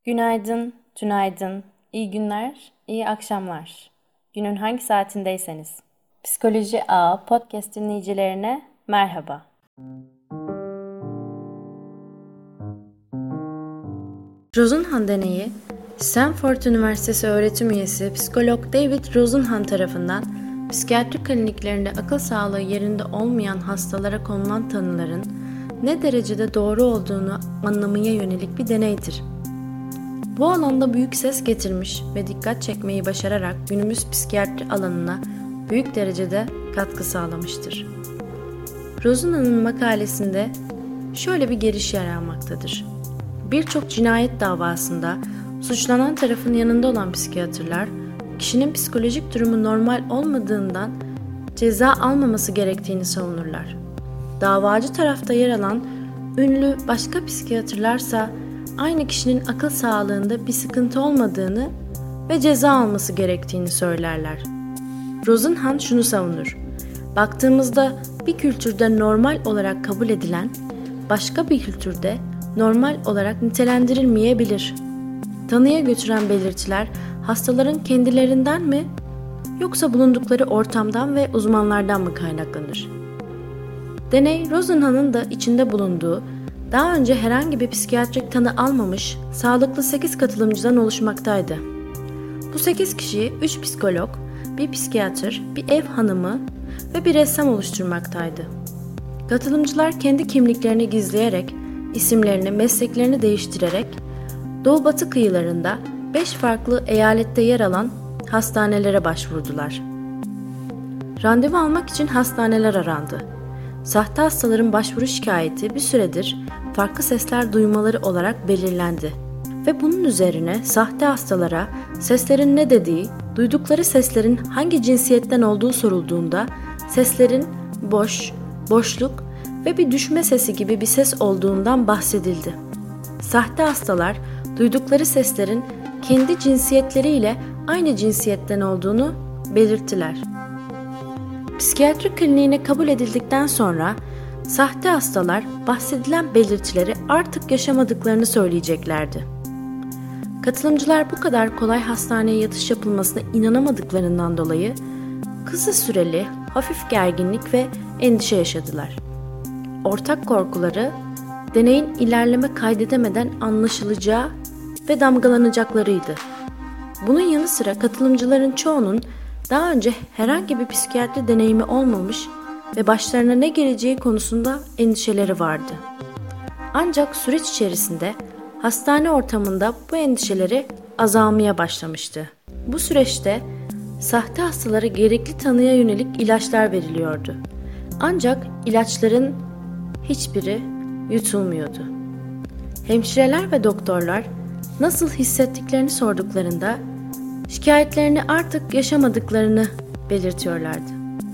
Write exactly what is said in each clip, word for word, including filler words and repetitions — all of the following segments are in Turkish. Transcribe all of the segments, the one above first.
Günaydın, tünaydın, iyi günler, iyi akşamlar. Günün hangi saatindeyseniz. Psikoloji Ağı podcast dinleyicilerine merhaba. Rosenhan deneyi, Stanford Üniversitesi öğretim üyesi psikolog David Rosenhan tarafından psikiyatri kliniklerinde akıl sağlığı yerinde olmayan hastalara konulan tanıların ne derecede doğru olduğunu anlamaya yönelik bir deneydir. Bu alanda büyük ses getirmiş ve dikkat çekmeyi başararak günümüz psikiyatri alanına büyük derecede katkı sağlamıştır. Rosenhan'ın makalesinde şöyle bir giriş yer almaktadır. Birçok cinayet davasında suçlanan tarafın yanında olan psikiyatrlar, kişinin psikolojik durumu normal olmadığından ceza almaması gerektiğini savunurlar. Davacı tarafta yer alan ünlü başka psikiyatrlarsa aynı kişinin akıl sağlığında bir sıkıntı olmadığını ve ceza alması gerektiğini söylerler. Rosenhan şunu savunur. Baktığımızda bir kültürde normal olarak kabul edilen, başka bir kültürde normal olarak nitelendirilmeyebilir. Tanıya götüren belirtiler hastaların kendilerinden mi yoksa bulundukları ortamdan ve uzmanlardan mı kaynaklanır? Deney, Rosenhan'ın da içinde bulunduğu, daha önce herhangi bir psikiyatrik tanı almamış sağlıklı sekiz katılımcıdan oluşmaktaydı. Bu sekiz kişiyi üç psikolog, bir psikiyatr, bir ev hanımı ve bir ressam oluşturmaktaydı. Katılımcılar kendi kimliklerini gizleyerek, isimlerini, mesleklerini değiştirerek Doğu-Batı kıyılarında beş farklı eyalette yer alan hastanelere başvurdular. Randevu almak için hastaneler arandı. Sahte hastaların başvuru şikayeti bir süredir farklı sesler duymaları olarak belirlendi ve bunun üzerine sahte hastalara seslerin ne dediği, duydukları seslerin hangi cinsiyetten olduğu sorulduğunda seslerin boş, boşluk ve bir düşme sesi gibi bir ses olduğundan bahsedildi. Sahte hastalar duydukları seslerin kendi cinsiyetleriyle aynı cinsiyetten olduğunu belirttiler. Psikiyatri kliniğine kabul edildikten sonra sahte hastalar bahsedilen belirtileri artık yaşamadıklarını söyleyeceklerdi. Katılımcılar bu kadar kolay hastaneye yatış yapılmasına inanamadıklarından dolayı kısa süreli hafif gerginlik ve endişe yaşadılar. Ortak korkuları deneyin ilerleme kaydedemeden anlaşılacağı ve damgalanacaklarıydı. Bunun yanı sıra katılımcıların çoğunun daha önce herhangi bir psikiyatri deneyimi olmamış ve başlarına ne geleceği konusunda endişeleri vardı. Ancak süreç içerisinde hastane ortamında bu endişeleri azalmaya başlamıştı. Bu süreçte sahte hastalara gerekli tanıya yönelik ilaçlar veriliyordu. Ancak ilaçların hiçbiri yutulmuyordu. Hemşireler ve doktorlar nasıl hissettiklerini sorduklarında şikayetlerini artık yaşamadıklarını belirtiyorlardı.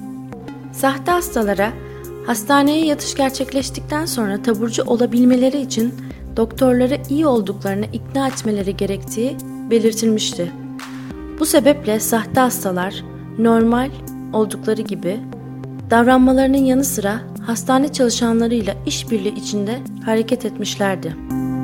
Sahte hastalara hastaneye yatış gerçekleştikten sonra taburcu olabilmeleri için doktorları iyi olduklarını ikna etmeleri gerektiği belirtilmişti. Bu sebeple sahte hastalar normal oldukları gibi davranmalarının yanı sıra hastane çalışanlarıyla işbirliği içinde hareket etmişlerdi.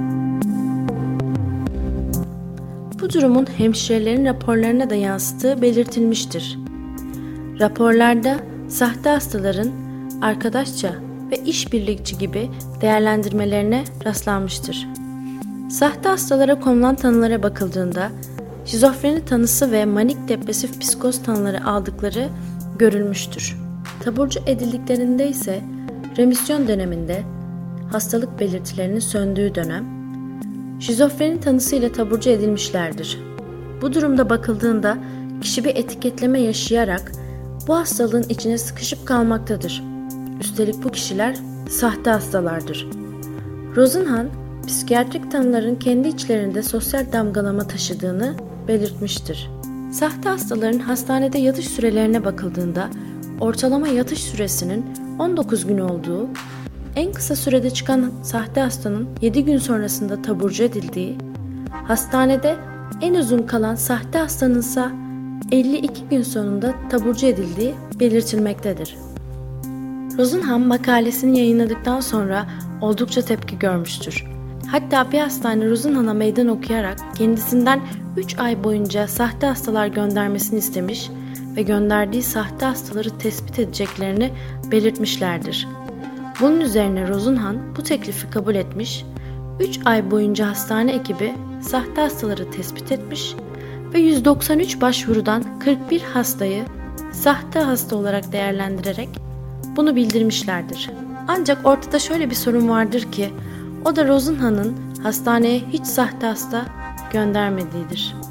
Bu durumun hemşirelerin raporlarına da yansıttığı belirtilmiştir. Raporlarda sahte hastaların arkadaşça ve işbirlikçi gibi değerlendirmelerine rastlanmıştır. Sahte hastalara konulan tanılara bakıldığında şizofreni tanısı ve manik depresif psikoz tanıları aldıkları görülmüştür. Taburcu edildiklerinde ise remisyon döneminde hastalık belirtilerinin söndüğü dönem, şizofreni tanısıyla taburcu edilmişlerdir. Bu durumda bakıldığında kişi bir etiketleme yaşayarak bu hastalığın içine sıkışıp kalmaktadır. Üstelik bu kişiler sahte hastalardır. Rosenhan, psikiyatrik tanıların kendi içlerinde sosyal damgalama taşıdığını belirtmiştir. Sahte hastaların hastanede yatış sürelerine bakıldığında ortalama yatış süresinin on dokuz gün olduğu, en kısa sürede çıkan sahte hastanın yedi gün sonrasında taburcu edildiği, hastanede en uzun kalan sahte hastanınsa elli iki gün sonunda taburcu edildiği belirtilmektedir. Rosenhan makalesini yayınladıktan sonra oldukça tepki görmüştür. Hatta bir hastane Rosenhan'a meydan okuyarak kendisinden üç ay boyunca sahte hastalar göndermesini istemiş ve gönderdiği sahte hastaları tespit edeceklerini belirtmişlerdir. Bunun üzerine Rosenhan bu teklifi kabul etmiş, üç ay boyunca hastane ekibi sahte hastaları tespit etmiş ve yüz doksan üç başvurudan kırk bir hastayı sahte hasta olarak değerlendirerek bunu bildirmişlerdir. Ancak ortada şöyle bir sorun vardır ki, o da Rosenhan'ın hastaneye hiç sahte hasta göndermediğidir.